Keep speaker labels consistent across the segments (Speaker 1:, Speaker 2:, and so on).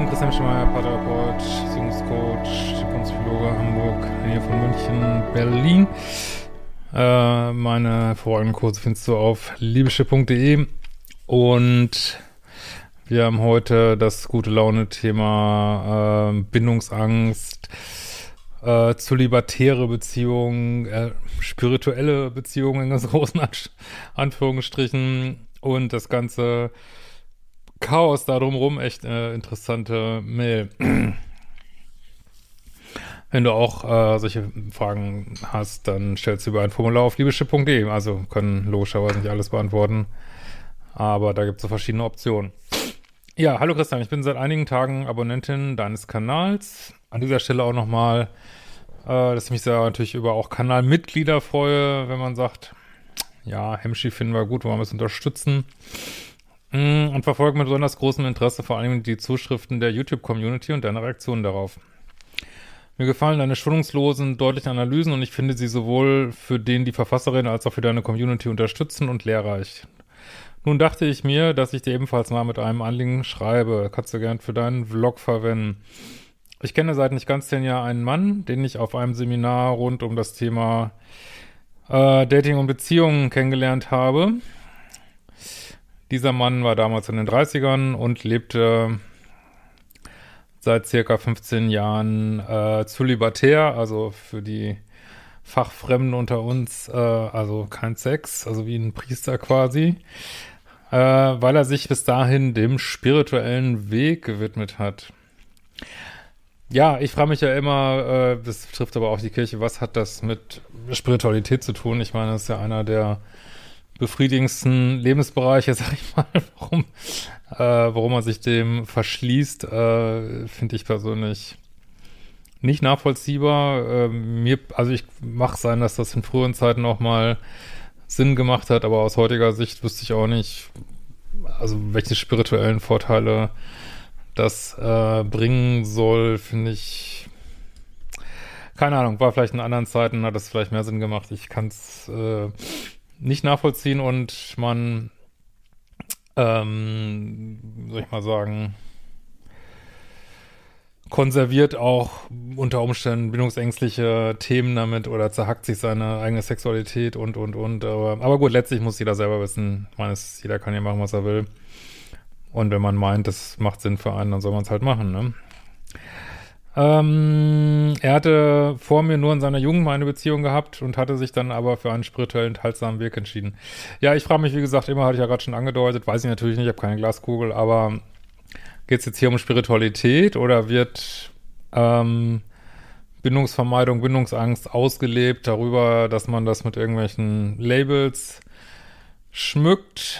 Speaker 1: bin Christian Schemeier, Paartherapeut, Beziehungscoach, Diplompsychologe, Hamburg, hier von München, Berlin. Meine vorherigen Kurse findest du auf liebeschiff.de und wir haben heute das gute Laune-Thema Bindungsangst, zölibatäre Beziehungen, spirituelle Beziehungen in ganz großen Anführungsstrichen und das ganze Chaos da drumherum. Echt interessante Mail. Wenn du auch solche Fragen hast, dann stellst du über ein Formular auf liebeschiff.de. Also können logischerweise nicht alles beantworten, aber da gibt es so verschiedene Optionen. Ja, hallo Christian, ich bin seit einigen Tagen Abonnentin deines Kanals. An dieser Stelle auch nochmal, dass ich mich sehr natürlich über auch Kanalmitglieder freue, wenn man sagt, ja, Hemschi finden wir gut, wollen wir es unterstützen. Und verfolge mit besonders großem Interesse vor allem die Zuschriften der YouTube-Community und deine Reaktionen darauf. Mir gefallen deine schonungslosen, deutlichen Analysen und ich finde sie sowohl für den die Verfasserin als auch für deine Community unterstützend und lehrreich. Nun dachte ich mir, dass ich dir ebenfalls mal mit einem Anliegen schreibe. Kannst du gern für deinen Vlog verwenden. Ich kenne seit nicht ganz 10 Jahren einen Mann, den ich auf einem Seminar rund um das Thema Dating und Beziehungen kennengelernt habe. Dieser Mann war damals in den 30ern und lebte seit circa 15 Jahren zölibatär, also für die Fachfremden unter uns, also kein Sex, also wie ein Priester quasi, weil er sich bis dahin dem spirituellen Weg gewidmet hat. Ja, ich frage mich ja immer, das trifft aber auch die Kirche, was hat das mit Spiritualität zu tun? Ich meine, das ist ja einer der befriedigendsten Lebensbereiche, sag ich mal, warum man sich dem verschließt, finde ich persönlich nicht nachvollziehbar. Also ich mag sein, dass das in früheren Zeiten auch mal Sinn gemacht hat, aber aus heutiger Sicht wüsste ich auch nicht, also welche spirituellen Vorteile das bringen soll, finde ich, keine Ahnung, war vielleicht in anderen Zeiten, hat das vielleicht mehr Sinn gemacht. Ich kann es nicht nachvollziehen und man, soll ich mal sagen, konserviert auch unter Umständen bindungsängstliche Themen damit oder zerhackt sich seine eigene Sexualität und. Aber gut, letztlich muss jeder selber wissen. Ich meine, jeder kann ja machen, was er will. Und wenn man meint, das macht Sinn für einen, dann soll man es halt machen, ne? Er hatte vor mir nur in seiner Jugend eine Beziehung gehabt und hatte sich dann aber für einen spirituell enthaltsamen Weg entschieden. Ja, ich frage mich, wie gesagt, immer, hatte ich ja gerade schon angedeutet, weiß ich natürlich nicht, ich habe keine Glaskugel, aber geht es jetzt hier um Spiritualität oder wird Bindungsvermeidung, Bindungsangst ausgelebt darüber, dass man das mit irgendwelchen Labels schmückt?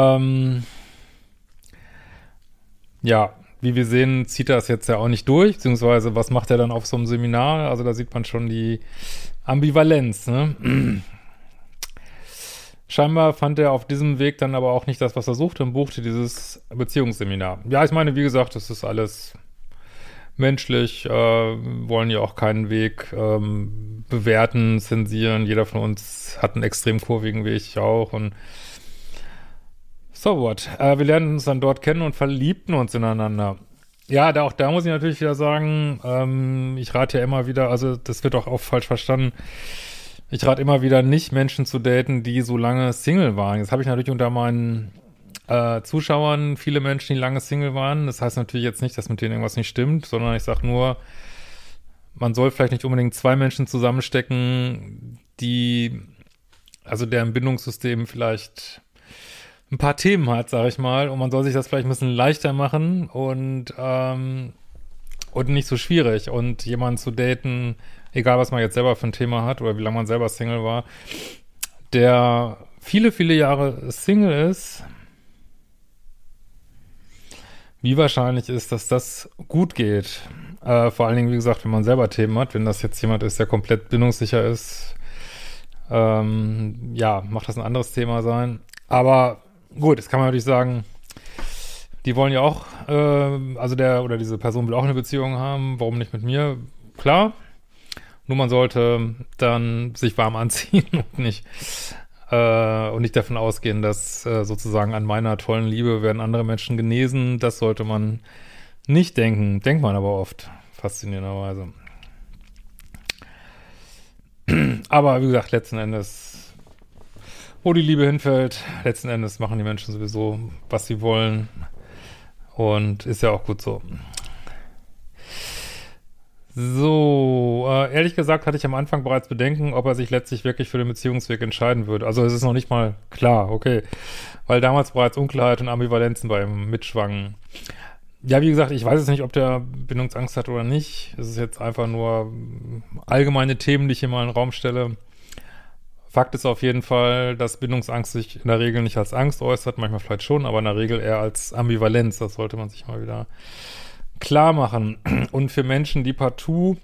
Speaker 1: Ja, wie wir sehen, zieht er es jetzt ja auch nicht durch, beziehungsweise was macht er dann auf so einem Seminar? Also da sieht man schon die Ambivalenz, ne? Scheinbar fand er auf diesem Weg dann aber auch nicht das, was er suchte und buchte dieses Beziehungsseminar. Ja, ich meine, wie gesagt, das ist alles menschlich, wollen ja auch keinen Weg bewerten, zensieren. Jeder von uns hat einen extrem kurvigen Weg, ich auch, und so what? Wir lernten uns dann dort kennen und verliebten uns ineinander. Ja, auch da muss ich natürlich wieder sagen, ich rate ja immer wieder, also das wird auch falsch verstanden, ich rate immer wieder nicht, Menschen zu daten, die so lange Single waren. Jetzt habe ich natürlich unter meinen Zuschauern viele Menschen, die lange Single waren. Das heißt natürlich jetzt nicht, dass mit denen irgendwas nicht stimmt, sondern ich sage nur, man soll vielleicht nicht unbedingt 2 Menschen zusammenstecken, deren Bindungssystem vielleicht ein paar Themen hat, sage ich mal, und man soll sich das vielleicht ein bisschen leichter machen und nicht so schwierig. Und jemanden zu daten, egal was man jetzt selber für ein Thema hat oder wie lange man selber Single war, der viele, viele Jahre Single ist, wie wahrscheinlich ist, dass das gut geht. Vor allen Dingen, wie gesagt, wenn man selber Themen hat, wenn das jetzt jemand ist, der komplett bindungssicher ist, macht das ein anderes Thema sein. Aber gut, jetzt kann man natürlich sagen, die wollen ja auch, diese Person will auch eine Beziehung haben, warum nicht mit mir? Klar, nur man sollte dann sich warm anziehen und nicht davon ausgehen, dass sozusagen an meiner tollen Liebe werden andere Menschen genesen. Das sollte man nicht denken. Denkt man aber oft, faszinierenderweise. Aber wie gesagt, letzten Endes, wo die Liebe hinfällt, letzten Endes machen die Menschen sowieso, was sie wollen. Und ist ja auch gut so. So, ehrlich gesagt hatte ich am Anfang bereits Bedenken, ob er sich letztlich wirklich für den Beziehungsweg entscheiden würde. Also es ist noch nicht mal klar, okay. Weil damals bereits Unklarheit und Ambivalenzen bei ihm mitschwangen. Ja, wie gesagt, ich weiß jetzt nicht, ob der Bindungsangst hat oder nicht. Es ist jetzt einfach nur allgemeine Themen, die ich hier mal in den Raum stelle. Fakt ist auf jeden Fall, dass Bindungsangst sich in der Regel nicht als Angst äußert, manchmal vielleicht schon, aber in der Regel eher als Ambivalenz. Das sollte man sich mal wieder klar machen. Und für Menschen, die partout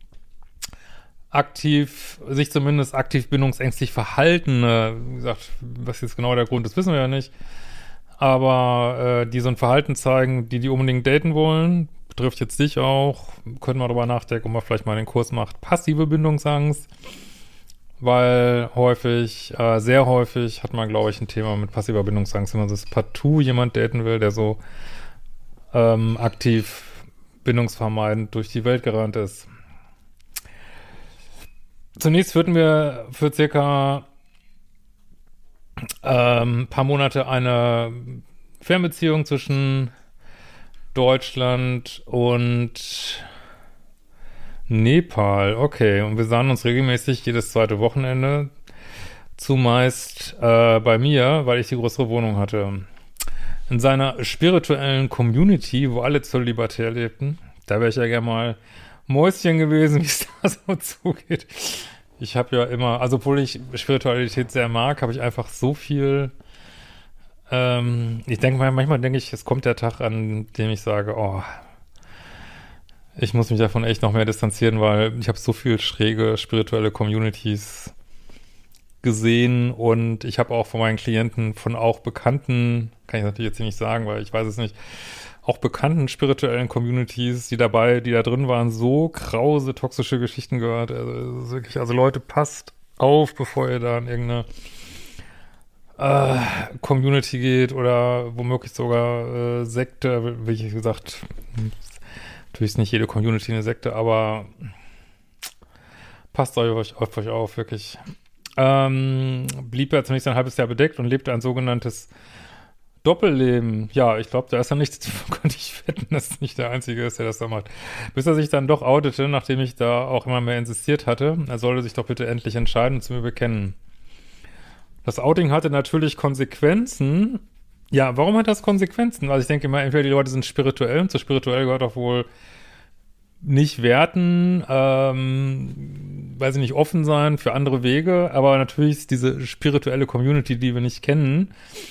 Speaker 1: sich zumindest aktiv bindungsängstlich verhalten, wie gesagt, was jetzt genau der Grund ist, wissen wir ja nicht, aber die so ein Verhalten zeigen, die unbedingt daten wollen, betrifft jetzt dich auch, können wir darüber nachdenken, ob man vielleicht mal den Kurs macht, passive Bindungsangst, weil sehr häufig hat man, glaube ich, ein Thema mit passiver Bindungsangst, wenn man das partout jemand daten will, der so aktiv bindungsvermeidend durch die Welt gerannt ist. Zunächst führten wir für circa paar Monate eine Fernbeziehung zwischen Deutschland und Nepal. Okay, und wir sahen uns regelmäßig jedes zweite Wochenende, zumeist bei mir, weil ich die größere Wohnung hatte. In seiner spirituellen Community, wo alle zölibatär lebten, da wäre ich ja gerne mal Mäuschen gewesen, wie es da so zugeht. Ich habe ja immer, also obwohl ich Spiritualität sehr mag, habe ich einfach so viel, ich denke manchmal denke ich, es kommt der Tag, an dem ich sage, oh, ich muss mich davon echt noch mehr distanzieren, weil ich habe so viel schräge spirituelle Communities gesehen und ich habe auch von meinen Klienten, von auch bekannten, kann ich natürlich jetzt hier nicht sagen, weil ich weiß es nicht, auch bekannten spirituellen Communities, die da drin waren, so krause, toxische Geschichten gehört. Also wirklich, also Leute, passt auf, bevor ihr da in irgendeine Community geht oder womöglich sogar Sekte, wie gesagt, natürlich ist nicht jede Community eine Sekte, aber passt auf euch auf, wirklich. Blieb er zunächst ein halbes Jahr bedeckt und lebte ein sogenanntes Doppelleben. Ja, ich glaube, da ist er nicht, konnte ich wetten, dass es nicht der Einzige ist, der das da macht. Bis er sich dann doch outete, nachdem ich da auch immer mehr insistiert hatte, er sollte sich doch bitte endlich entscheiden und zu mir bekennen. Das Outing hatte natürlich Konsequenzen. Ja, warum hat das Konsequenzen? Also ich denke immer, entweder die Leute sind spirituell, und zu spirituell gehört auch wohl nicht werten, weiß ich nicht, offen sein für andere Wege, aber natürlich ist diese spirituelle Community, die wir nicht kennen,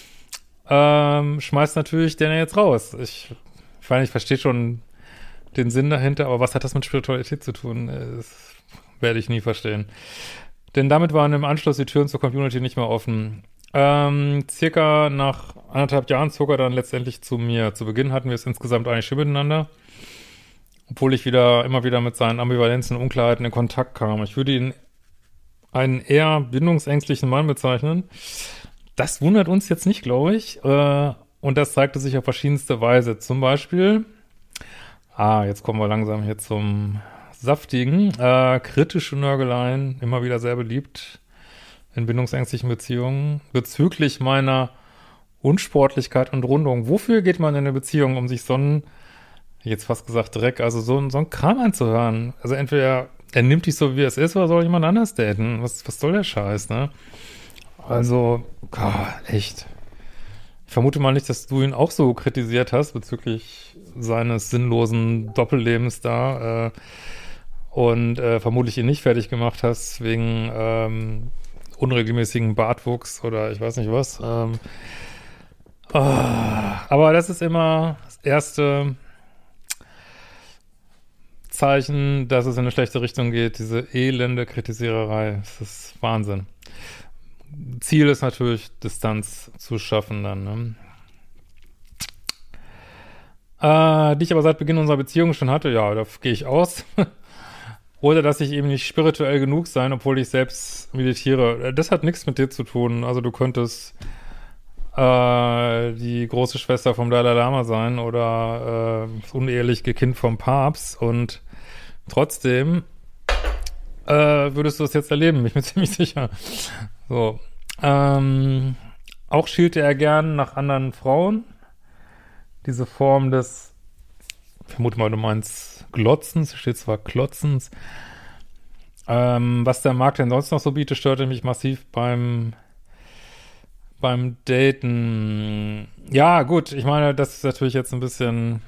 Speaker 1: schmeißt natürlich den jetzt raus. Ich meine, ich verstehe schon den Sinn dahinter, aber was hat das mit Spiritualität zu tun? Das werde ich nie verstehen. Denn damit waren im Anschluss die Türen zur Community nicht mehr offen. Circa nach 1,5 Jahren zog er dann letztendlich zu mir. Zu Beginn hatten wir es insgesamt eigentlich schön miteinander, obwohl ich immer wieder mit seinen Ambivalenzen und Unklarheiten in Kontakt kam. Ich würde ihn einen eher bindungsängstlichen Mann bezeichnen. Das wundert uns jetzt nicht, glaube ich. Und das zeigte sich auf verschiedenste Weise. Zum Beispiel, jetzt kommen wir langsam hier zum Saftigen. Kritische Nörgeleien, immer wieder sehr beliebt in bindungsängstlichen Beziehungen. Bezüglich meiner Unsportlichkeit und Rundung. Wofür geht man in eine Beziehung, um sich so einen, jetzt fast gesagt Dreck, also so einen Kram anzuhören? Also entweder er nimmt dich so, wie es ist, oder soll jemand anders daten? Was soll der Scheiß, ne? Also, echt. Ich vermute mal nicht, dass du ihn auch so kritisiert hast bezüglich seines sinnlosen Doppellebens da und vermutlich ihn nicht fertig gemacht hast wegen unregelmäßigen Bartwuchs oder ich weiß nicht was. Aber das ist immer das erste Zeichen, dass es in eine schlechte Richtung geht, diese elende Kritisiererei. Das ist Wahnsinn. Ziel ist natürlich, Distanz zu schaffen dann, ne? Die ich aber seit Beginn unserer Beziehung schon hatte, ja, da gehe ich aus. Oder dass ich eben nicht spirituell genug sein, obwohl ich selbst meditiere. Das hat nichts mit dir zu tun. Also du könntest die große Schwester vom Dalai Lama sein oder das uneheliche Kind vom Papst und trotzdem würdest du es jetzt erleben, bin ich mir ziemlich sicher. So. Auch schielte er gern nach anderen Frauen. Diese Form des, ich vermute mal, du meinst Glotzens, steht zwar Klotzens. Was der Markt denn sonst noch so bietet, störte mich massiv beim Daten. Ja, gut, ich meine, das ist natürlich jetzt ein bisschen,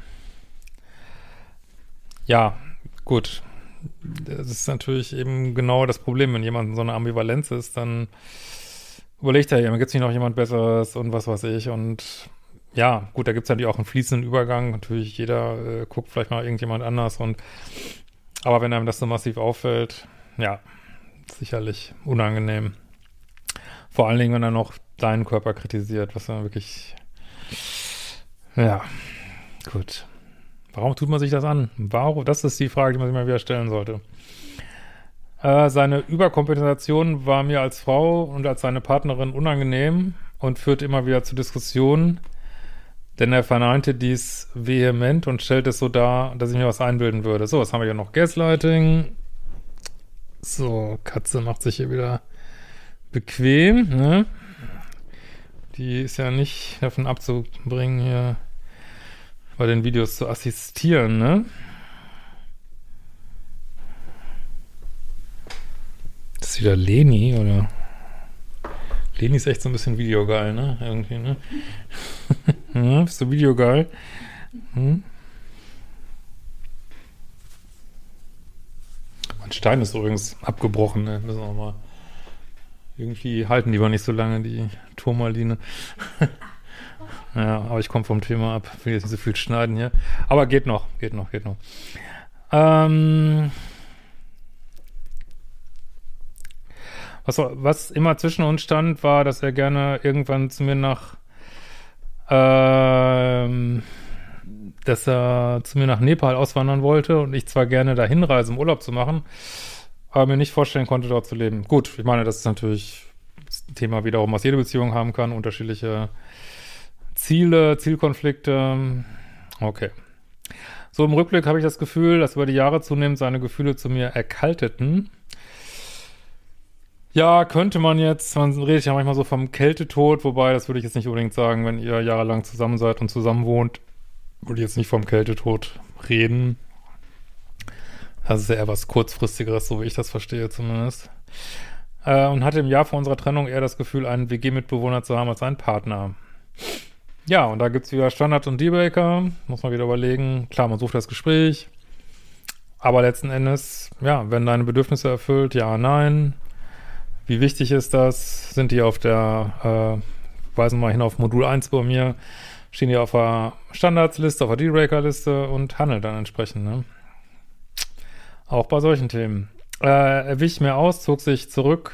Speaker 1: ja, gut. Das ist natürlich eben genau das Problem, wenn jemand in so einer Ambivalenz ist, dann überlegt er ja, gibt es nicht noch jemand Besseres und was weiß ich und ja, gut, da gibt es natürlich auch einen fließenden Übergang, natürlich jeder guckt vielleicht mal irgendjemand anders aber wenn einem das so massiv auffällt, ja, sicherlich unangenehm. Vor allen Dingen, wenn er noch deinen Körper kritisiert, was dann wirklich, ja, gut. Warum tut man sich das an? Warum? Das ist die Frage, die man sich mal wieder stellen sollte. Seine Überkompensation war mir als Frau und als seine Partnerin unangenehm und führte immer wieder zu Diskussionen, denn er verneinte dies vehement und stellte es so dar, dass ich mir was einbilden würde. So, jetzt haben wir ja noch Gaslighting. So, Katze macht sich hier wieder bequem, ne? Die ist ja nicht davon abzubringen, hier bei den Videos zu assistieren, ne? Das ist wieder Leni, oder? Leni ist echt so ein bisschen videogeil, ne? Irgendwie, ne? Ja, bist du videogeil? Hm? Mein Stein ist übrigens abgebrochen, ne? Müssen wir mal. Irgendwie halten die aber nicht so lange, die Turmaline. Ja, aber ich komme vom Thema ab. Will jetzt nicht so viel schneiden hier. Aber geht noch. Was immer zwischen uns stand, war, dass er gerne irgendwann zu mir nach Nepal auswandern wollte und ich zwar gerne dahin reise, um Urlaub zu machen, aber mir nicht vorstellen konnte, dort zu leben. Gut, ich meine, das ist natürlich ein Thema wiederum, was jede Beziehung haben kann, unterschiedliche Ziele, Zielkonflikte. Okay. So im Rückblick habe ich das Gefühl, dass über die Jahre zunehmend seine Gefühle zu mir erkalteten. Ja, könnte man jetzt, man redet ja manchmal so vom Kältetod, wobei, das würde ich jetzt nicht unbedingt sagen, wenn ihr jahrelang zusammen seid und zusammen wohnt, würde ich jetzt nicht vom Kältetod reden. Das ist ja eher was Kurzfristigeres, so wie ich das verstehe zumindest. Und hatte im Jahr vor unserer Trennung eher das Gefühl, einen WG-Mitbewohner zu haben als einen Partner. Ja, und da gibt's wieder Standard und Dealbreaker, muss man wieder überlegen. Klar, man sucht das Gespräch, aber letzten Endes, ja, werden deine Bedürfnisse erfüllt, ja, nein. Wie wichtig ist das? Sind die auf der, weisen wir mal hin auf Modul 1 bei mir, stehen die auf der Standardsliste, auf der Dealbreaker-Liste und handelt dann entsprechend, ne? Auch bei solchen Themen. Er wich mir aus, zog sich zurück.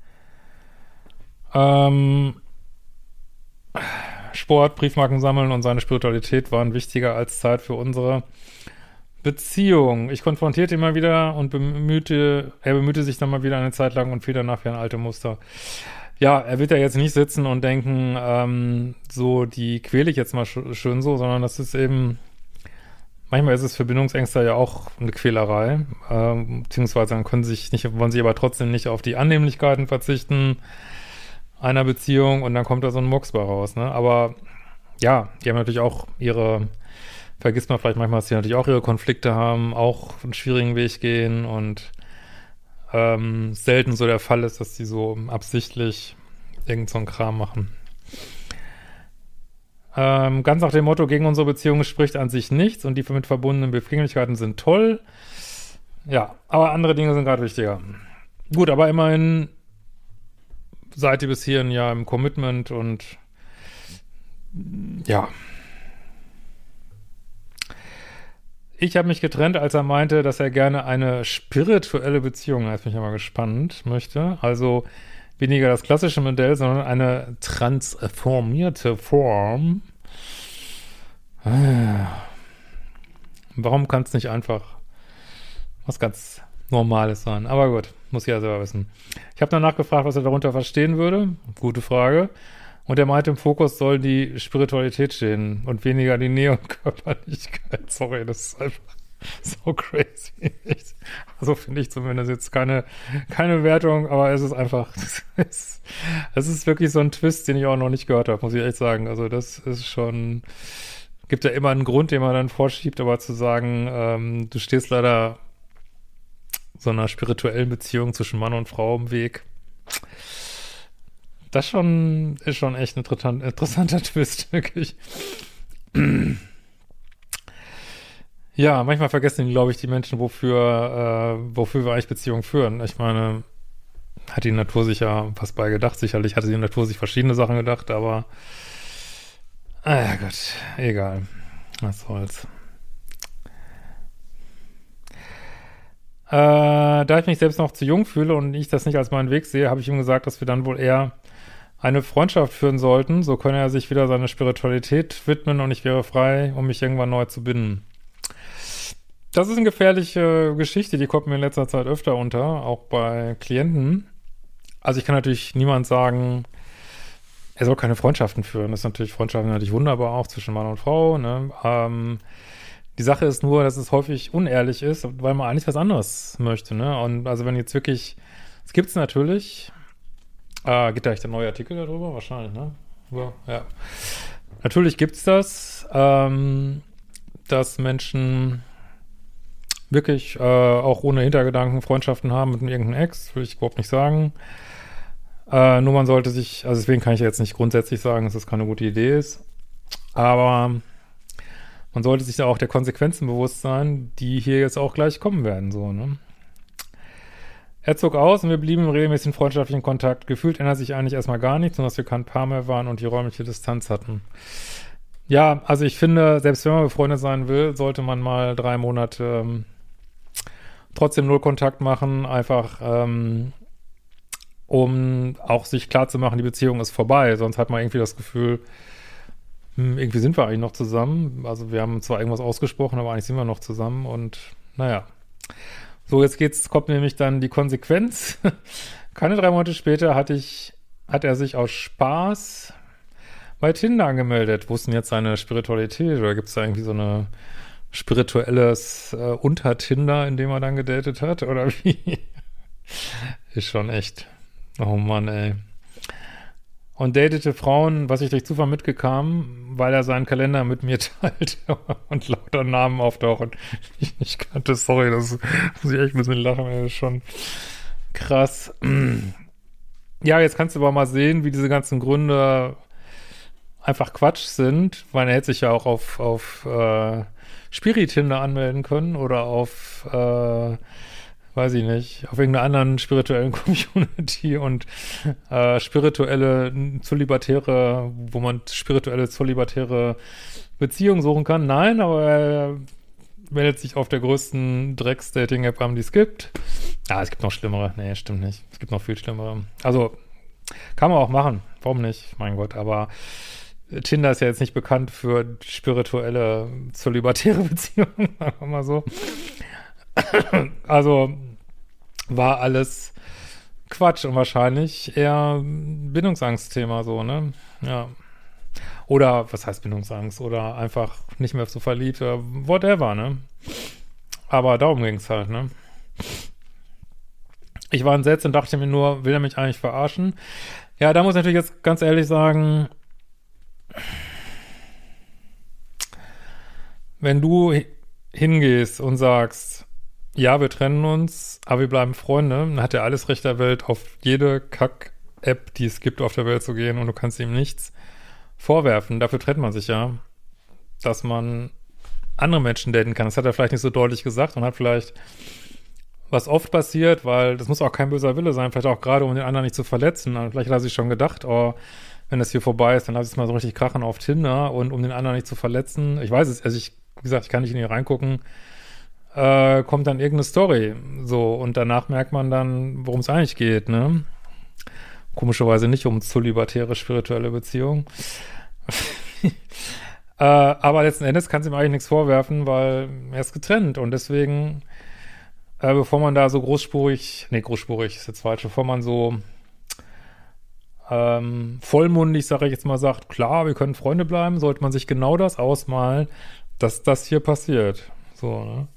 Speaker 1: Sport, Briefmarken sammeln und seine Spiritualität waren wichtiger als Zeit für unsere Beziehung. Ich konfrontierte ihn mal wieder und er bemühte sich dann mal wieder eine Zeit lang und fiel danach wie ein alte Muster. Ja, er wird ja jetzt nicht sitzen und denken, so, die quäle ich jetzt mal schön so, sondern das ist eben, manchmal ist es für Bindungsängste ja auch eine Quälerei, beziehungsweise dann wollen sie aber trotzdem nicht auf die Annehmlichkeiten verzichten einer Beziehung und dann kommt da so ein Murks bei raus, ne? Aber ja, die haben natürlich auch vergisst man vielleicht manchmal, dass die natürlich auch ihre Konflikte haben, auch einen schwierigen Weg gehen und selten so der Fall ist, dass die so absichtlich irgend so einen Kram machen. Ganz nach dem Motto, gegen unsere Beziehung spricht an sich nichts und die damit verbundenen Befindlichkeiten sind toll. Ja, aber andere Dinge sind gerade wichtiger. Gut, aber immerhin seid ihr bis hierhin ja im Commitment und ja. Ich habe mich getrennt, als er meinte, dass er gerne eine spirituelle Beziehung, da bin ich ja mal gespannt, möchte. Also weniger das klassische Modell, sondern eine transformierte Form. Warum kann es nicht einfach was ganz Normales sein? Aber gut, muss ich ja selber wissen. Ich habe danach gefragt, was er darunter verstehen würde. Gute Frage. Und er meinte, im Fokus soll die Spiritualität stehen und weniger die Nähe und Körperlichkeit. Sorry, das ist einfach so crazy. Also finde ich zumindest jetzt keine Wertung, aber es ist einfach, es ist wirklich so ein Twist, den ich auch noch nicht gehört habe, muss ich echt sagen. Also das ist schon, gibt ja immer einen Grund, den man dann vorschiebt, aber zu sagen, du stehst leider so einer spirituellen Beziehung zwischen Mann und Frau im Weg, das ist schon echt ein interessanter Twist, wirklich. Ja, manchmal vergessen, glaube ich, die Menschen, wofür wir eigentlich Beziehungen führen. Ich meine, hat die Natur sich ja was bei gedacht. Sicherlich hatte die Natur sich verschiedene Sachen gedacht, aber ja Gott, egal. Was soll's. Da ich mich selbst noch zu jung fühle und ich das nicht als meinen Weg sehe, habe ich ihm gesagt, dass wir dann wohl eher eine Freundschaft führen sollten. So könne er sich wieder seiner Spiritualität widmen und ich wäre frei, um mich irgendwann neu zu binden. Das ist eine gefährliche Geschichte, die kommt mir in letzter Zeit öfter unter, auch bei Klienten. Also ich kann natürlich niemand sagen, er soll keine Freundschaften führen. Das ist natürlich, Freundschaften natürlich wunderbar, auch zwischen Mann und Frau, ne? Die Sache ist nur, dass es häufig unehrlich ist, weil man eigentlich was anderes möchte, ne? Und also wenn jetzt wirklich, es gibt's natürlich, geht da echt ein neuer Artikel darüber? Wahrscheinlich, ne? Ja. Natürlich gibt's das, dass Menschen wirklich auch ohne Hintergedanken Freundschaften haben mit irgendeinem Ex, will ich überhaupt nicht sagen. Nur man sollte sich, also deswegen kann ich jetzt nicht grundsätzlich sagen, dass das keine gute Idee ist, aber man sollte sich da auch der Konsequenzen bewusst sein, die hier jetzt auch gleich kommen werden, so, ne? Er zog aus und wir blieben im regelmäßigen freundschaftlichen Kontakt. Gefühlt ändert sich eigentlich erstmal gar nichts, nur dass wir kein Paar mehr waren und die räumliche Distanz hatten. Ja, also ich finde, selbst wenn man befreundet sein will, sollte man mal 3 Monate trotzdem null Kontakt machen, einfach um auch sich klarzumachen, die Beziehung ist vorbei. Sonst hat man irgendwie das Gefühl, irgendwie sind wir eigentlich noch zusammen. Also wir haben zwar irgendwas ausgesprochen, aber eigentlich sind wir noch zusammen und naja. So, kommt nämlich dann die Konsequenz. Keine 3 Monate später hat er sich aus Spaß bei Tinder angemeldet. Wo ist denn jetzt seine Spiritualität? Oder gibt es da irgendwie so eine spirituelles Unter-Tinder, in dem er dann gedatet hat? Oder wie? Ist schon echt. Oh Mann, ey. Und datete Frauen, was ich durch Zufall mitgekam, weil er seinen Kalender mit mir teilte und lauter Namen auftauchen, die ich nicht kannte. Sorry, das muss ich echt ein bisschen lachen, das ist schon krass. Ja, jetzt kannst du aber mal sehen, wie diese ganzen Gründe einfach Quatsch sind, weil er hätte sich ja auch auf Spiri-Tinder anmelden können oder auf weiß ich nicht, auf irgendeiner anderen spirituellen Community und spirituelle Zölibatäre, wo man spirituelle zölibatäre Beziehungen suchen kann. Nein, aber er meldet sich auf der größten Drecks-Dating-App an, die es gibt. Ja, es gibt noch schlimmere. Nee, stimmt nicht. Es gibt noch viel schlimmere. Also, kann man auch machen. Warum nicht? Mein Gott, aber Tinder ist ja jetzt nicht bekannt für spirituelle zölibatäre Beziehungen, sagen wir mal so. Also war alles Quatsch und wahrscheinlich eher Bindungsangstthema so, ne? Ja. Oder, was heißt Bindungsangst? Oder einfach nicht mehr so verliebt oder whatever, ne? Aber darum ging's halt, ne? Ich war entsetzt und dachte mir nur, will er mich eigentlich verarschen? Ja, da muss ich natürlich jetzt ganz ehrlich sagen, wenn du hingehst und sagst, ja, wir trennen uns, aber wir bleiben Freunde, dann hat er alles Recht der Welt, auf jede Kack-App, die es gibt, auf der Welt zu gehen und du kannst ihm nichts vorwerfen. Dafür trennt man sich ja, dass man andere Menschen daten kann. Das hat er vielleicht nicht so deutlich gesagt und hat vielleicht, was oft passiert, weil das muss auch kein böser Wille sein, vielleicht auch gerade, um den anderen nicht zu verletzen. Und vielleicht hat er sich schon gedacht, oh, wenn das hier vorbei ist, dann lass ich es mal so richtig krachen auf Tinder und um den anderen nicht zu verletzen. Ich weiß es, also wie gesagt, ich kann nicht in hier reingucken, kommt dann irgendeine Story. So, und danach merkt man dann, worum es eigentlich geht, ne? Komischerweise nicht um zölibatäre spirituelle Beziehungen. Aber letzten Endes kann es ihm eigentlich nichts vorwerfen, weil er ist getrennt und deswegen, bevor man da so großspurig ist jetzt falsch, bevor man so vollmundig, sage ich jetzt mal, sagt, klar, wir können Freunde bleiben, sollte man sich genau das ausmalen, dass das hier passiert. So, ne?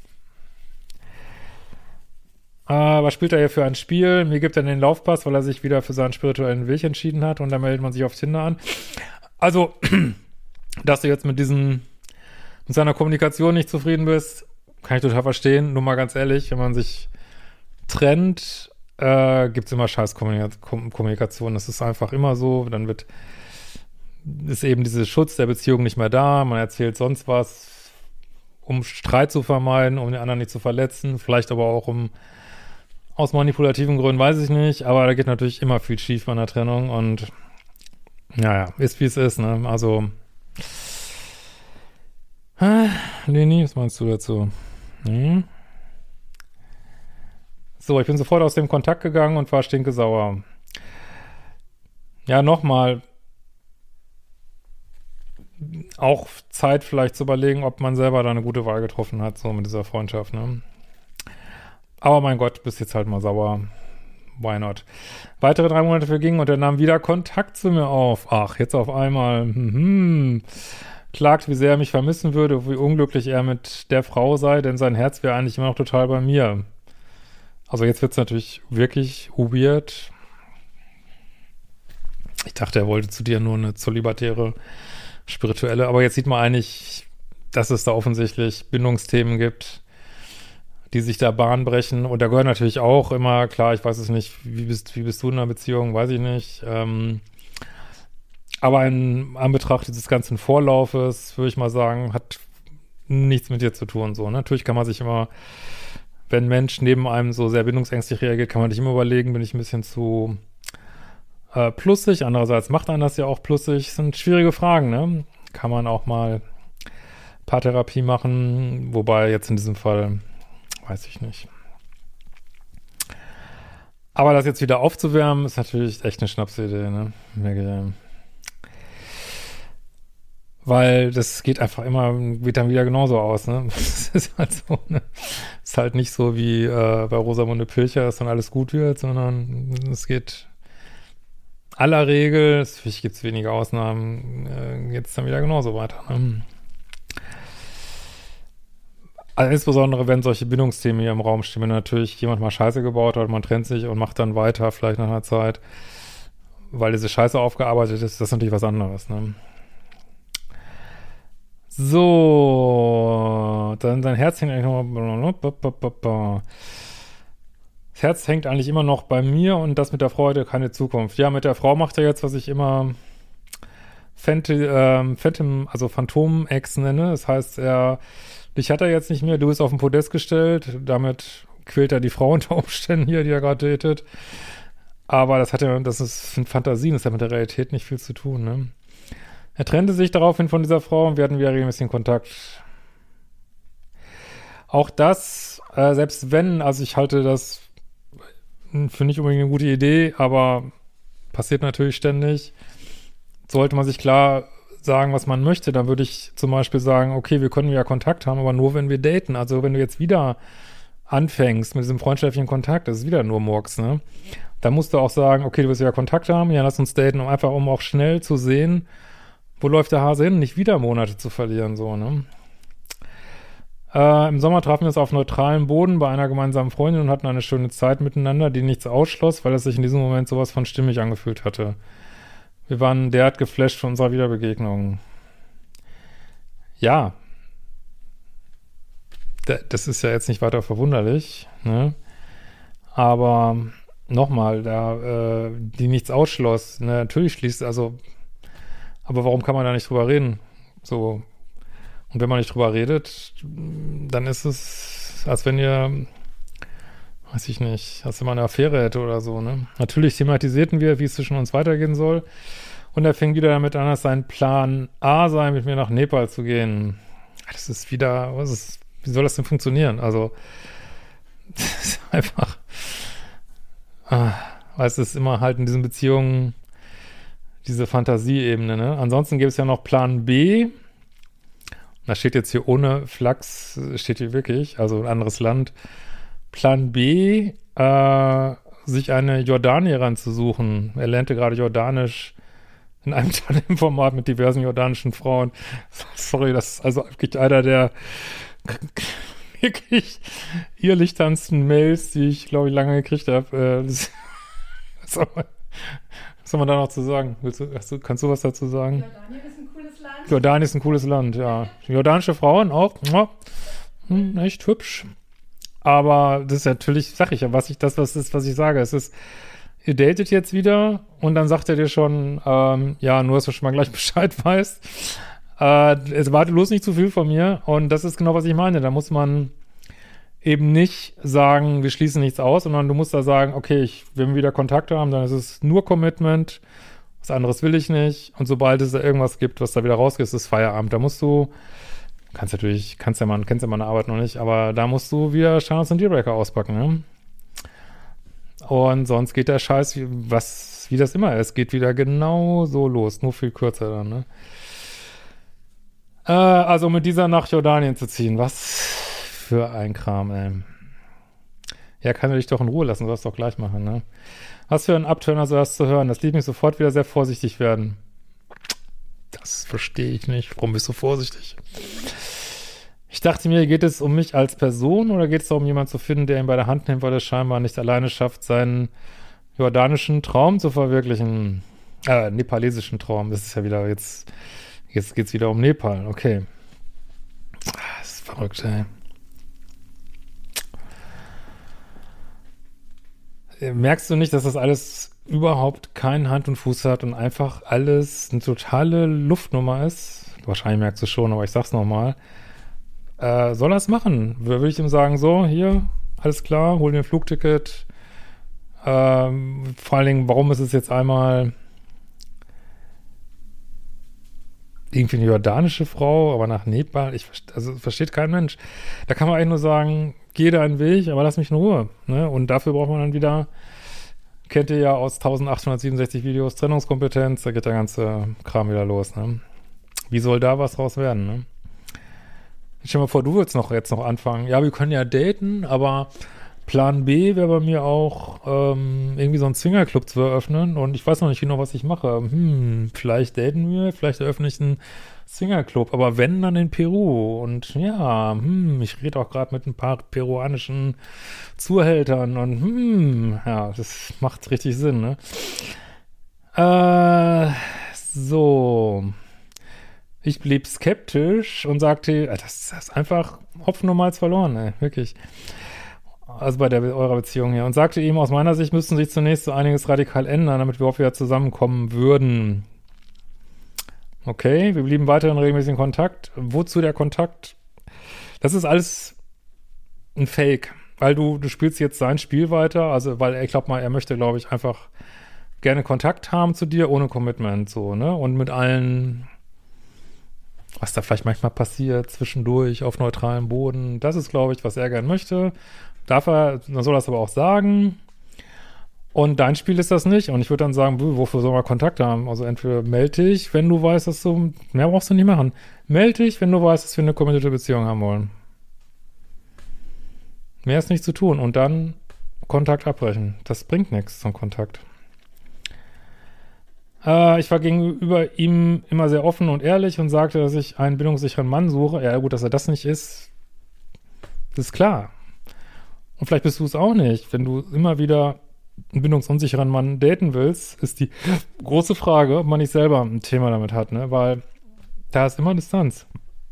Speaker 1: Was spielt er hier für ein Spiel? Mir gibt er den Laufpass, weil er sich wieder für seinen spirituellen Weg entschieden hat und dann meldet man sich auf Tinder an. Also, dass du jetzt mit seiner Kommunikation nicht zufrieden bist, kann ich total verstehen. Nur mal ganz ehrlich, wenn man sich trennt, gibt's immer scheiß Kommunikation. Das ist einfach immer so. Dann ist eben dieser Schutz der Beziehung nicht mehr da. Man erzählt sonst was, um Streit zu vermeiden, um den anderen nicht zu verletzen. Vielleicht aber auch aus manipulativen Gründen, weiß ich nicht. Aber da geht natürlich immer viel schief bei einer Trennung. Und naja, ist wie es ist, ne? Also Leni, was meinst du dazu? So, ich bin sofort aus dem Kontakt gegangen und war stinkesauer. Ja, nochmal, auch Zeit vielleicht zu überlegen, ob man selber da eine gute Wahl getroffen hat, so mit dieser Freundschaft, ne? Aber mein Gott, bist jetzt halt mal sauer. Why not? Weitere 3 Monate vergingen und er nahm wieder Kontakt zu mir auf. Ach, jetzt auf einmal. Klagt, wie sehr er mich vermissen würde, wie unglücklich er mit der Frau sei, denn sein Herz wäre eigentlich immer noch total bei mir. Also jetzt wird's natürlich wirklich weird. Ich dachte, er wollte zu dir nur eine zölibatäre, spirituelle, aber jetzt sieht man eigentlich, dass es da offensichtlich Bindungsthemen gibt, die sich da Bahn brechen. Und da gehört natürlich auch immer, klar, ich weiß es nicht, wie bist du in einer Beziehung, weiß ich nicht. Aber in Anbetracht dieses ganzen Vorlaufes, würde ich mal sagen, hat nichts mit dir zu tun. So, ne? Natürlich kann man sich immer, wenn ein Mensch neben einem so sehr bindungsängstlich reagiert, kann man sich immer überlegen, bin ich ein bisschen zu plussig. Andererseits macht einen das ja auch plussig. Das sind schwierige Fragen, ne? Kann man auch mal Paartherapie machen, wobei jetzt in diesem Fall, weiß ich nicht. Aber das jetzt wieder aufzuwärmen, ist natürlich echt eine Schnapsidee, ne? Weil das geht einfach immer, wird dann wieder genauso aus, ne? Das ist halt so, ne? Ist halt nicht so wie bei Rosamunde Pilcher, dass dann alles gut wird, sondern es geht aller Regel, natürlich gibt es wenige Ausnahmen, geht es dann wieder genauso weiter, ne? Also insbesondere, wenn solche Bindungsthemen hier im Raum stehen, wenn natürlich jemand mal Scheiße gebaut hat, man trennt sich und macht dann weiter, vielleicht nach einer Zeit, weil diese Scheiße aufgearbeitet ist, das ist natürlich was anderes, ne? So, dann sein Herz hängt eigentlich noch. Das Herz hängt eigentlich immer noch bei mir und das mit der Freude keine Zukunft. Ja, mit der Frau macht er jetzt, was ich immer Phantom-Ex nenne. Das heißt, dich hat er jetzt nicht mehr, du bist auf den Podest gestellt. Damit quält er die Frau unter Umständen hier, die er gerade datet. Aber das sind Fantasien, das hat mit der Realität nicht viel zu tun, ne? Er trennte sich daraufhin von dieser Frau und wir hatten wieder regelmäßig Kontakt. Auch das, selbst wenn, also ich halte das für nicht unbedingt eine gute Idee, aber passiert natürlich ständig, sollte man sich klar sagen, was man möchte. Dann würde ich zum Beispiel sagen, okay, wir können ja Kontakt haben, aber nur, wenn wir daten. Also wenn du jetzt wieder anfängst mit diesem freundschaftlichen Kontakt, das ist wieder nur Murks, ne? Dann musst du auch sagen, okay, du willst ja Kontakt haben, ja, lass uns daten, um auch schnell zu sehen, wo läuft der Hase hin? Nicht wieder Monate zu verlieren, so, ne? Im Sommer trafen wir uns auf neutralem Boden bei einer gemeinsamen Freundin und hatten eine schöne Zeit miteinander, die nichts ausschloss, weil es sich in diesem Moment sowas von stimmig angefühlt hatte. Wir waren derart geflasht von unserer Wiederbegegnung. Ja. Das ist ja jetzt nicht weiter verwunderlich, ne? Aber nochmal, die nichts ausschloss, ne? Natürlich aber warum kann man da nicht drüber reden? So. Und wenn man nicht drüber redet, dann ist es, als wenn ihr, weiß ich nicht, als wenn man eine Affäre hätte oder so, ne? Natürlich thematisierten wir, wie es zwischen uns weitergehen soll. Und er fing wieder damit an, dass sein Plan A sei, mit mir nach Nepal zu gehen. Das ist wieder, wie soll das denn funktionieren? Also, das ist einfach, weil es ist immer halt in diesen Beziehungen diese Fantasieebene, ne? Ansonsten gibt es ja noch Plan B. Da steht jetzt hier ohne Flachs, steht hier wirklich, also ein anderes Land. Plan B sich eine Jordanierin zu suchen. Er lernte gerade Jordanisch in einem Talentformat mit diversen jordanischen Frauen. Sorry, das ist also wirklich einer der wirklich irrlichternsten Mails, die ich, glaube ich, lange gekriegt habe. Was soll man da noch zu sagen? Kannst du was dazu sagen?
Speaker 2: Jordanien ist ein cooles Land.
Speaker 1: Jordanien ist ein cooles Land, ja. Jordanische Frauen auch, echt hübsch. Aber das ist natürlich, sag ich ja, was ich sage. Es ist, ihr datet jetzt wieder und dann sagt er dir schon, ja, nur, dass du schon mal gleich Bescheid weißt. Es warte bloß nicht zu viel von mir. Und das ist genau, was ich meine. Da muss man eben nicht sagen, wir schließen nichts aus, sondern du musst da sagen, okay, wenn wir wieder Kontakte haben, dann ist es nur Commitment. Was anderes will ich nicht. Und sobald es da irgendwas gibt, was da wieder rausgeht, ist es Feierabend. Da musst du, kennst ja meine Arbeit noch nicht, aber da musst du wieder Standards und Dealbreaker auspacken, ne? Und sonst geht der Scheiß, wie das immer ist, geht wieder genau so los, nur viel kürzer dann, ne? Also mit dieser nach Jordanien zu ziehen, was für ein Kram, ey. Ja, kann er dich doch in Ruhe lassen, sollst doch gleich machen, ne? Was für ein Abturner soll das zu hören? Das ließ mich sofort wieder sehr vorsichtig werden. Das verstehe ich nicht. Warum bist du vorsichtig? Ich dachte mir, geht es um mich als Person oder geht es darum, jemanden zu finden, der ihn bei der Hand nimmt, weil er scheinbar nicht alleine schafft, seinen jordanischen Traum zu verwirklichen? Nepalesischen Traum. Das ist ja wieder jetzt geht's wieder um Nepal. Okay. Das ist verrückt, ey. Merkst du nicht, dass das alles überhaupt keinen Hand und Fuß hat und einfach alles eine totale Luftnummer ist? Wahrscheinlich merkst du schon, aber ich sag's nochmal. Soll er es machen? Würde ich ihm sagen, so, hier, alles klar, hol dir ein Flugticket. Vor allen Dingen, warum ist es jetzt einmal irgendwie eine jordanische Frau, aber nach Nepal? Versteht kein Mensch. Da kann man eigentlich nur sagen, geh deinen Weg, aber lass mich in Ruhe. Ne? Und dafür braucht man dann wieder, kennt ihr ja aus 1867 Videos, Trennungskompetenz, da geht der ganze Kram wieder los. Ne? Wie soll da was draus werden? Ne? Stell dir mal vor, du würdest jetzt noch anfangen. Ja, wir können ja daten, aber Plan B wäre bei mir auch, irgendwie so einen Swingerclub zu eröffnen. Und ich weiß noch nicht genau, was ich mache. Vielleicht daten wir, vielleicht eröffne ich einen Swingerclub. Aber wenn, dann in Peru. Und ja, ich rede auch gerade mit ein paar peruanischen Zuhältern. Und ja, das macht richtig Sinn, ne? So. Ich blieb skeptisch und sagte, das ist einfach Hopfen und Malz verloren, ey, wirklich. Also bei eurer Beziehung hier. Und sagte ihm, aus meiner Sicht müssten sich zunächst so einiges radikal ändern, damit wir auch wieder zusammenkommen würden. Okay, wir blieben weiterhin regelmäßig in Kontakt. Wozu der Kontakt? Das ist alles ein Fake, weil du spielst jetzt sein Spiel weiter, also weil ich glaube mal, er möchte, glaube ich, einfach gerne Kontakt haben zu dir, ohne Commitment, so, ne? Und mit allen, was da vielleicht manchmal passiert, zwischendurch auf neutralem Boden, das ist, glaube ich, was er gern möchte. Dann soll er es aber auch sagen. Und dein Spiel ist das nicht. Und ich würde dann sagen, wofür soll man Kontakt haben? Also entweder melde dich, wenn du weißt, dass du, mehr brauchst du nicht machen. Melde dich, wenn du weißt, dass wir eine committed Beziehung haben wollen. Mehr ist nicht zu tun. Und dann Kontakt abbrechen. Das bringt nichts zum Kontakt. Ich war gegenüber ihm immer sehr offen und ehrlich und sagte, dass ich einen bindungssicheren Mann suche. Ja gut, dass er das nicht ist, ist klar. Und vielleicht bist du es auch nicht. Wenn du immer wieder einen bindungsunsicheren Mann daten willst, ist die große Frage, ob man nicht selber ein Thema damit hat, ne? Weil da ist immer Distanz.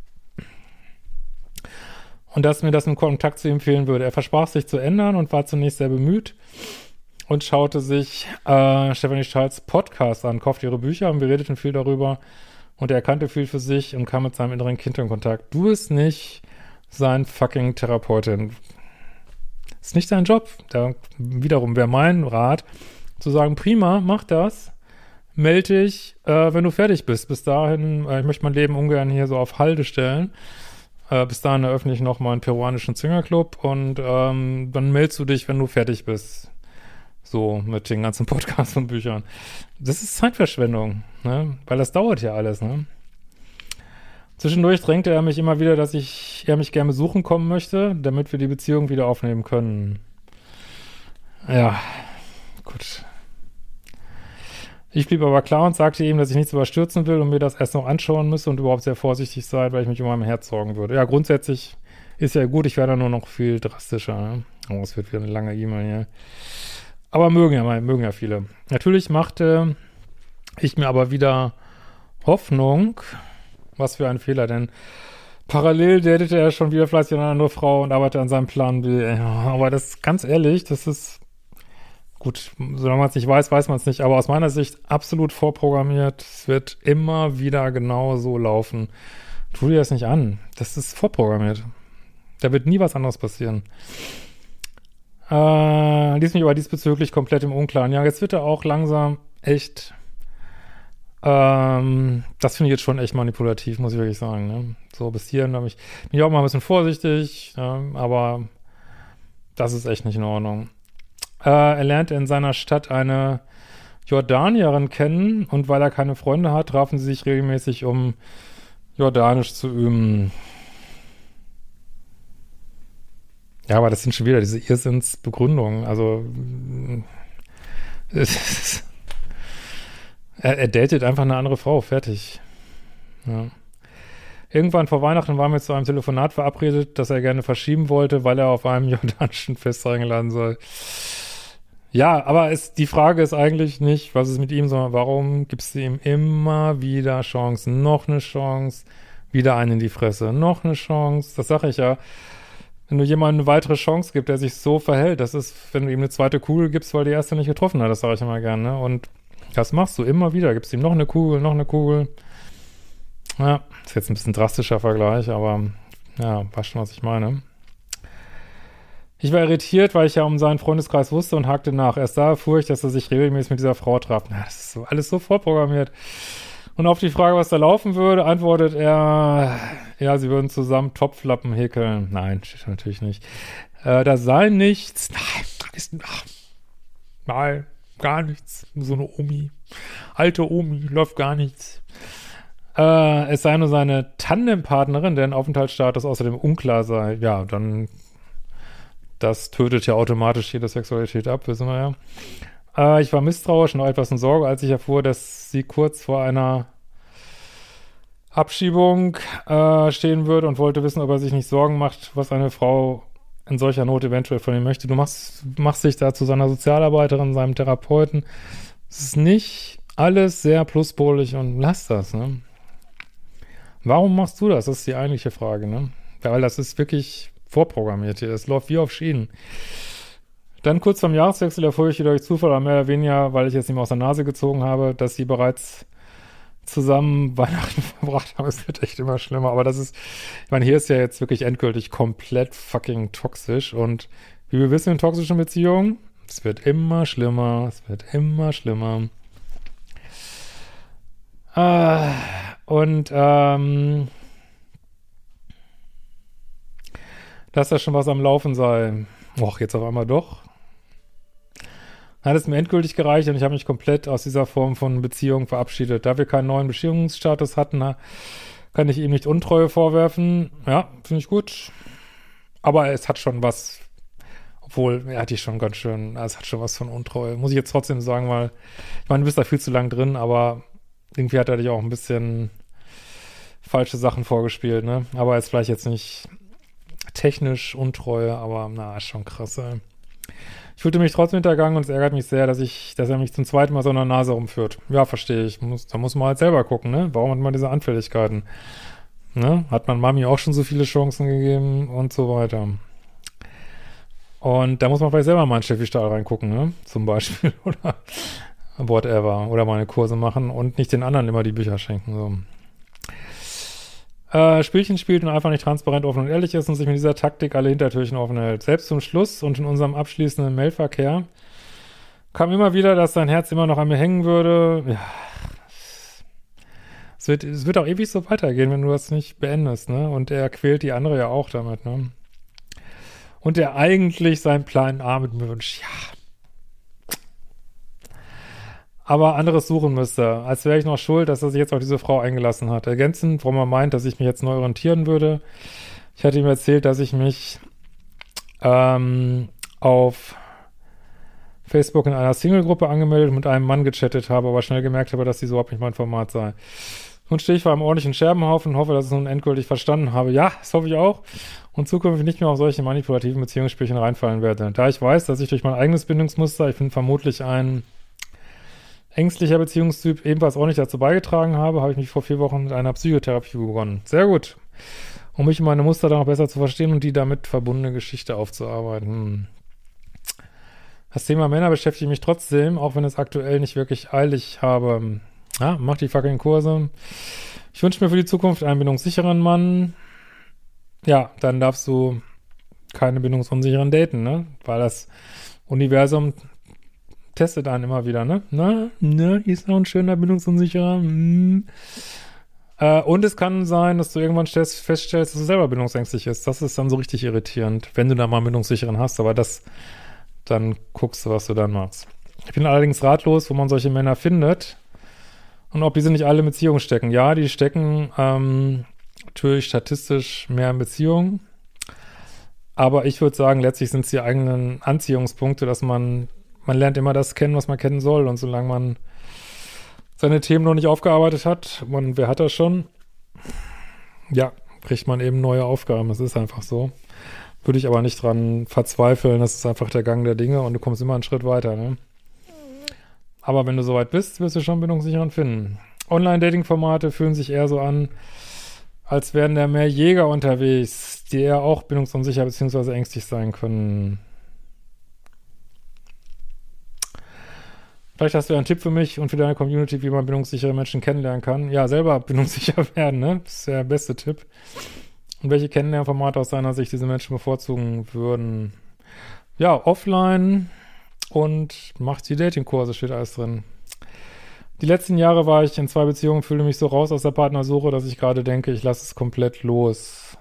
Speaker 1: Und dass mir das im Kontakt zu ihm fehlen würde. Er versprach sich zu ändern und war zunächst sehr bemüht und schaute sich Stefanie Stahls Podcast an, kaufte ihre Bücher und wir redeten viel darüber und er erkannte viel für sich und kam mit seinem inneren Kind in Kontakt. Du bist nicht sein fucking Therapeutin. Ist nicht dein Job. Da wiederum wäre mein Rat, zu sagen, prima, mach das, melde dich, wenn du fertig bist. Bis dahin, ich möchte mein Leben ungern hier so auf Halde stellen. Bis dahin eröffne ich noch mal einen peruanischen Swingerclub und dann meldest du dich, wenn du fertig bist. So, mit den ganzen Podcasts und Büchern. Das ist Zeitverschwendung, ne? Weil das dauert ja alles, ne? Zwischendurch drängte er mich immer wieder, dass er mich gerne besuchen kommen möchte, damit wir die Beziehung wieder aufnehmen können. Ja, gut. Ich blieb aber klar und sagte ihm, dass ich nichts überstürzen will und mir das erst noch anschauen müsse und überhaupt sehr vorsichtig sei, weil ich mich um mein Herz sorgen würde. Ja, grundsätzlich ist ja gut, ich werde nur noch viel drastischer. Ne? Oh, es wird wieder eine lange E-Mail hier. Aber mögen ja viele. Natürlich machte ich mir aber wieder Hoffnung. Was für ein Fehler, denn parallel datete er schon wieder fleißig eine andere Frau und arbeitete an seinem Plan B. Ja, aber das, ganz ehrlich, das ist gut, solange man es nicht weiß, weiß man es nicht, aber aus meiner Sicht absolut vorprogrammiert. Es wird immer wieder genau so laufen. Tu dir das nicht an. Das ist vorprogrammiert. Da wird nie was anderes passieren. Ließ mich aber diesbezüglich komplett im Unklaren. Ja, jetzt wird er auch langsam echt, das finde ich jetzt schon echt manipulativ, muss ich wirklich sagen. Ne? So bis hierhin bin ich auch mal ein bisschen vorsichtig, aber das ist echt nicht in Ordnung. Er lernte in seiner Stadt eine Jordanierin kennen und weil er keine Freunde hat, trafen sie sich regelmäßig, um Jordanisch zu üben. Ja, aber das sind schon wieder diese Irrsinnsbegründungen. Also er datet einfach eine andere Frau, fertig. Ja. Irgendwann vor Weihnachten waren wir zu einem Telefonat verabredet, das er gerne verschieben wollte, weil er auf einem jordanischen Fest eingeladen soll. Ja, aber die Frage ist eigentlich nicht, was ist mit ihm, sondern warum gibst du ihm immer wieder Chancen, noch eine Chance, wieder einen in die Fresse, noch eine Chance, das sage ich ja. Wenn du jemandem eine weitere Chance gibst, der sich so verhält, das ist, wenn du ihm eine zweite Kugel gibst, weil die erste nicht getroffen hat, das sage ich immer gerne, ne? Und das machst du immer wieder, gibst ihm noch eine Kugel, noch eine Kugel. Ja, ist jetzt ein bisschen drastischer Vergleich, aber ja, weißt schon, was ich meine. Ich war irritiert, weil ich ja um seinen Freundeskreis wusste und hakte nach. Erst da erfuhr ich, dass er sich regelmäßig mit dieser Frau traf. Na, das ist so, alles so vorprogrammiert. Und auf die Frage, was da laufen würde, antwortet er, ja, sie würden zusammen Topflappen häkeln. Nein, steht natürlich nicht. Da sei nichts. Nein, gar nichts. So eine Omi. Alte Omi, läuft gar nichts. Es sei nur seine Tandempartnerin, deren Aufenthaltsstatus außerdem unklar sei. Ja, dann, das tötet ja automatisch jede Sexualität ab, wissen wir ja. Ich war misstrauisch und auch etwas in Sorge, als ich erfuhr, dass sie kurz vor einer Abschiebung stehen würde und wollte wissen, ob er sich nicht Sorgen macht, was eine Frau in solcher Not eventuell von ihm möchte. Du machst dich da zu seiner Sozialarbeiterin, seinem Therapeuten. Es ist nicht alles sehr pluspolig und lass das, ne? Warum machst du das? Das ist die eigentliche Frage, ne? Weil das ist wirklich vorprogrammiert hier. Es läuft wie auf Schienen. Dann kurz vorm Jahreswechsel erfuhr ich wieder durch Zufall, aber mehr oder weniger, weil ich es ihm aus der Nase gezogen habe, dass sie bereits zusammen Weihnachten verbracht haben. Es wird echt immer schlimmer. Aber das ist, ich meine, hier ist ja jetzt wirklich endgültig komplett fucking toxisch. Und wie wir wissen in toxischen Beziehungen, es wird immer schlimmer. Es wird immer schlimmer. Dass da schon was am Laufen sei. Och, jetzt auf einmal doch. Hat es mir endgültig gereicht und ich habe mich komplett aus dieser Form von Beziehung verabschiedet. Da wir keinen neuen Beziehungsstatus hatten, kann ich ihm nicht Untreue vorwerfen. Ja, finde ich gut. Aber es hat schon was, obwohl, er hat die schon ganz schön, es hat schon was von Untreue. Muss ich jetzt trotzdem sagen, weil, ich meine, du bist da viel zu lang drin, aber irgendwie hat er dich auch ein bisschen falsche Sachen vorgespielt, ne? Aber ist vielleicht jetzt nicht technisch Untreue, aber na, ist schon krass, ey. Ich fühlte mich trotzdem hintergangen und es ärgert mich sehr, dass er mich zum zweiten Mal so an der Nase rumführt. Ja, verstehe ich. Da muss man halt selber gucken, ne? Warum hat man diese Anfälligkeiten? Ne? Hat man Mami auch schon so viele Chancen gegeben und so weiter. Und da muss man vielleicht selber mal in Steffi Stahl reingucken, ne? Zum Beispiel. Oder whatever. Oder meine Kurse machen und nicht den anderen immer die Bücher schenken, so. Spielchen spielt und einfach nicht transparent, offen und ehrlich ist und sich mit dieser Taktik alle Hintertürchen offen hält. Selbst zum Schluss und in unserem abschließenden Mailverkehr kam immer wieder, dass sein Herz immer noch an mir hängen würde. Ja, es wird auch ewig so weitergehen, wenn du das nicht beendest, ne? Und er quält die andere ja auch damit, ne? Und er eigentlich seinen Plan A mit mir wünscht. Ja. Aber anderes suchen müsste, als wäre ich noch schuld, dass er sich jetzt auf diese Frau eingelassen hat. Ergänzend, warum er meint, dass ich mich jetzt neu orientieren würde. Ich hatte ihm erzählt, dass ich mich auf Facebook in einer Single-Gruppe angemeldet und mit einem Mann gechattet habe, aber schnell gemerkt habe, dass die so überhaupt nicht mein Format sei. Nun stehe ich vor einem ordentlichen Scherbenhaufen und hoffe, dass ich es nun endgültig verstanden habe. Ja, das hoffe ich auch. Und zukünftig nicht mehr auf solche manipulativen Beziehungsspielchen reinfallen werde. Da ich weiß, dass ich durch mein eigenes Bindungsmuster, ich bin vermutlich ein ängstlicher Beziehungstyp, ebenfalls auch nicht dazu beigetragen habe, habe ich mich vor 4 Wochen mit einer Psychotherapie begonnen. Sehr gut. Um mich und meine Muster dann auch besser zu verstehen und die damit verbundene Geschichte aufzuarbeiten. Das Thema Männer beschäftigt mich trotzdem, auch wenn es aktuell nicht wirklich eilig habe. Ja, mach die fucking Kurse. Ich wünsche mir für die Zukunft einen bindungssicheren Mann. Ja, dann darfst du keine bindungsunsicheren daten, ne? Weil das Universum testet einen immer wieder, ne? Hier ist noch ein schöner bindungsunsicherer. Und es kann sein, dass du irgendwann feststellst, dass du selber bindungsängstlich bist. Das ist dann so richtig irritierend, wenn du da mal einen bindungssicheren hast. Aber dann guckst du, was du dann machst. Ich bin allerdings ratlos, wo man solche Männer findet. Und ob diese nicht alle in Beziehungen stecken. Ja, die stecken natürlich statistisch mehr in Beziehungen. Aber ich würde sagen, letztlich sind es die eigenen Anziehungspunkte, dass man lernt immer das kennen, was man kennen soll. Und solange man seine Themen noch nicht aufgearbeitet hat, wer hat das schon? Ja, kriegt man eben neue Aufgaben. Das ist einfach so. Würde ich aber nicht dran verzweifeln. Das ist einfach der Gang der Dinge und du kommst immer einen Schritt weiter, ne? Aber wenn du soweit bist, wirst du schon bindungssicheren finden. Online-Dating-Formate fühlen sich eher so an, als wären da mehr Jäger unterwegs, die eher auch bindungsunsicher bzw. ängstlich sein können. Vielleicht hast du ja einen Tipp für mich und für deine Community, wie man bindungssichere Menschen kennenlernen kann. Ja, selber bindungssicher werden, ne? Das ist der beste Tipp. Und welche Kennenlernformate aus deiner Sicht diese Menschen bevorzugen würden? Ja, offline und macht die Datingkurse, steht alles drin. Die letzten Jahre war ich in 2 Beziehungen, fühle mich so raus aus der Partnersuche, dass ich gerade denke, ich lasse es komplett los.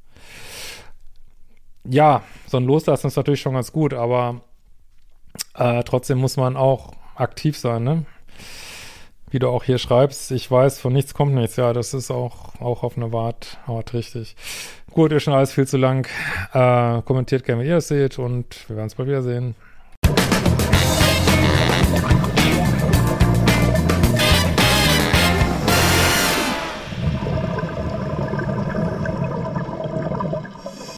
Speaker 1: Ja, so ein Loslassen ist natürlich schon ganz gut, aber trotzdem muss man auch aktiv sein, ne? Wie du auch hier schreibst, ich weiß, von nichts kommt nichts. Ja, das ist auch auf eine Art richtig. Gut, ist schon alles viel zu lang. Kommentiert gerne, wie ihr es seht und wir werden uns bald wiedersehen.